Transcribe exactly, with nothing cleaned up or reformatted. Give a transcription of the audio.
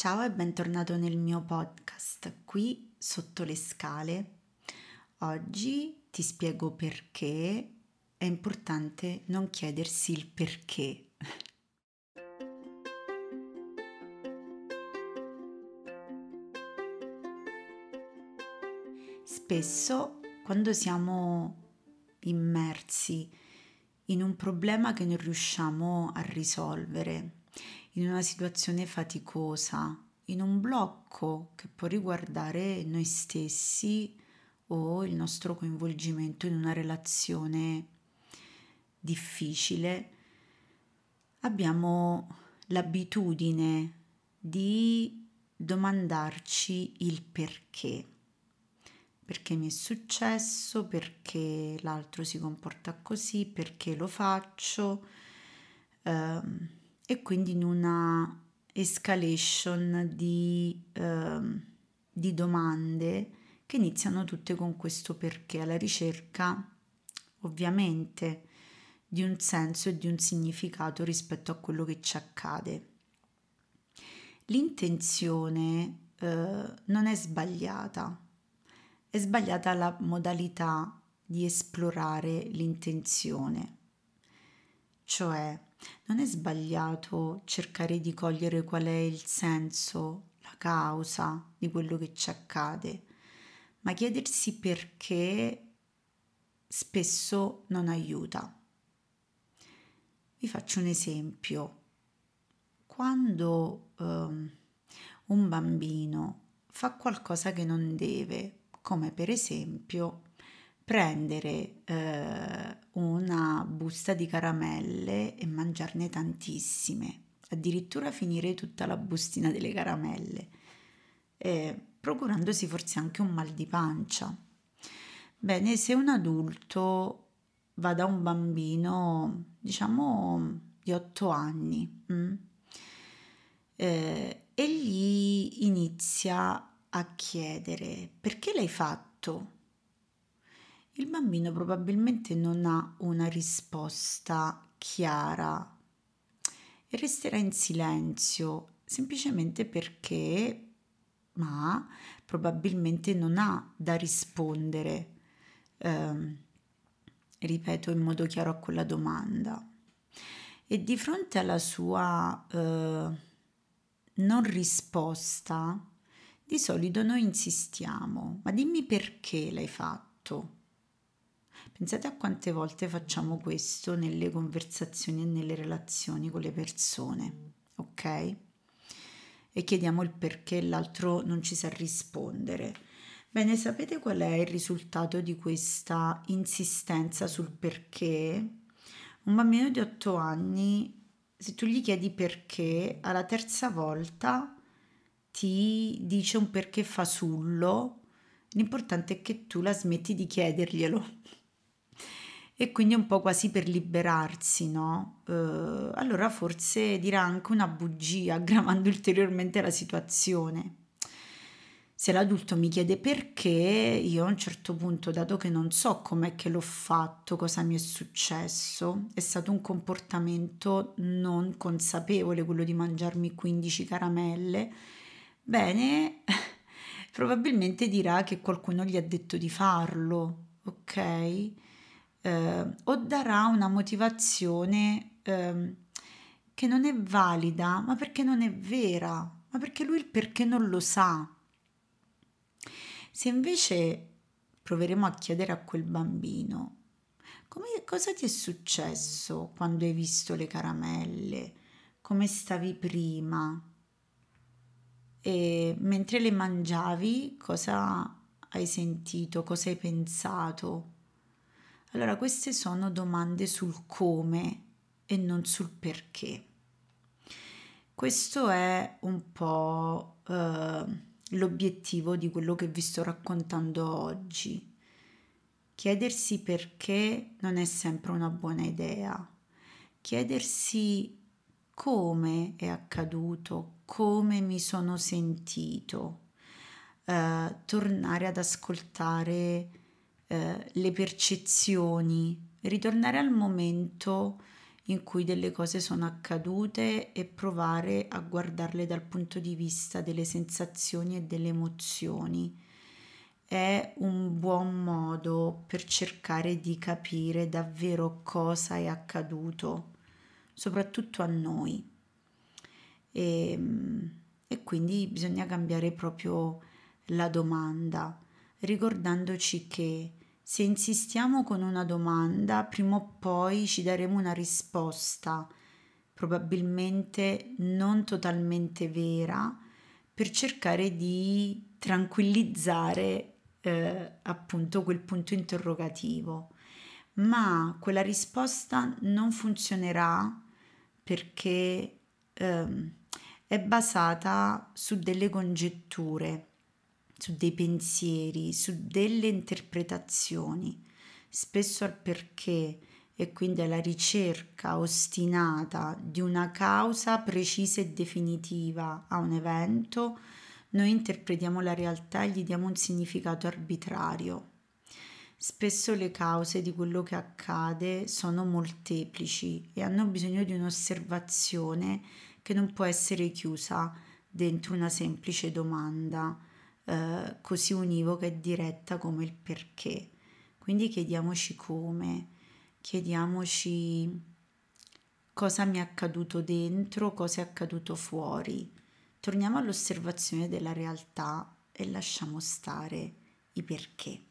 Ciao e bentornato nel mio podcast qui sotto le scale. Oggi ti spiego perché è importante non chiedersi il perché. Spesso quando siamo immersi in un problema che non riusciamo a risolvere, in una situazione faticosa, in un blocco che può riguardare noi stessi o il nostro coinvolgimento in una relazione difficile, abbiamo l'abitudine di domandarci il perché. Perché mi è successo, perché l'altro si comporta così, perché lo faccio, ehm, e quindi in una escalation di, ehm, di domande che iniziano tutte con questo perché, alla ricerca ovviamente di un senso e di un significato rispetto a quello che ci accade. L'intenzione eh, non è sbagliata, è sbagliata la modalità di esplorare l'intenzione, cioè non è sbagliato cercare di cogliere qual è il senso, la causa di quello che ci accade, ma chiedersi perché spesso non aiuta. Vi faccio un esempio. Quando um, un bambino fa qualcosa che non deve, come per esempio prendere eh, una busta di caramelle e mangiarne tantissime, addirittura finire tutta la bustina delle caramelle, eh, procurandosi forse anche un mal di pancia. Bene, se un adulto va da un bambino, diciamo di otto anni, mh, eh, e gli inizia a chiedere perché l'hai fatto? Il bambino probabilmente non ha una risposta chiara e resterà in silenzio semplicemente perché, ma probabilmente non ha da rispondere, ehm, ripeto, in modo chiaro a quella domanda. E di fronte alla sua eh, non risposta, di solito noi insistiamo, ma dimmi perché l'hai fatto. Pensate a quante volte facciamo questo nelle conversazioni e nelle relazioni con le persone, ok? E chiediamo il perché l'altro non ci sa rispondere. Bene, sapete qual è il risultato di questa insistenza sul perché? Un bambino di otto anni, se tu gli chiedi perché, alla terza volta ti dice un perché fasullo. L'importante è che tu la smetti di chiederglielo. E quindi è un po' quasi per liberarsi, no? Eh, allora forse dirà anche una bugia, aggravando ulteriormente la situazione. Se l'adulto mi chiede perché, io a un certo punto, dato che non so com'è che l'ho fatto, cosa mi è successo, è stato un comportamento non consapevole quello di mangiarmi quindici caramelle, bene, probabilmente dirà che qualcuno gli ha detto di farlo, ok? Eh, o darà una motivazione ehm, che non è valida, ma perché non è vera, ma perché lui il perché non lo sa. Se invece proveremo a chiedere a quel bambino come, cosa ti è successo quando hai visto le caramelle, come stavi prima e mentre le mangiavi cosa hai sentito, cosa hai pensato. Allora queste sono domande sul come e non sul perché. Questo è un po' eh, l'obiettivo di quello che vi sto raccontando oggi. Chiedersi perché non è sempre una buona idea. Chiedersi come è accaduto, come mi sono sentito, eh, tornare ad ascoltare eh, le percezioni, ritornare al momento in cui delle cose sono accadute e provare a guardarle dal punto di vista delle sensazioni e delle emozioni. È un buon modo per cercare di capire davvero cosa è accaduto, soprattutto a noi. E, e quindi bisogna cambiare proprio la domanda, ricordandoci che se insistiamo con una domanda, prima o poi ci daremo una risposta, probabilmente non totalmente vera, per cercare di tranquillizzare eh, appunto quel punto interrogativo. Ma quella risposta non funzionerà perché ehm, è basata su delle congetture, su dei pensieri, su delle interpretazioni, spesso al perché e quindi alla ricerca ostinata di una causa precisa e definitiva a un evento, noi interpretiamo la realtà e gli diamo un significato arbitrario. Spesso le cause di quello che accade sono molteplici e hanno bisogno di un'osservazione che non può essere chiusa dentro una semplice domanda eh, così univoca e diretta come il perché. Quindi chiediamoci come, chiediamoci cosa mi è accaduto dentro, cosa è accaduto fuori. Torniamo all'osservazione della realtà e lasciamo stare i perché.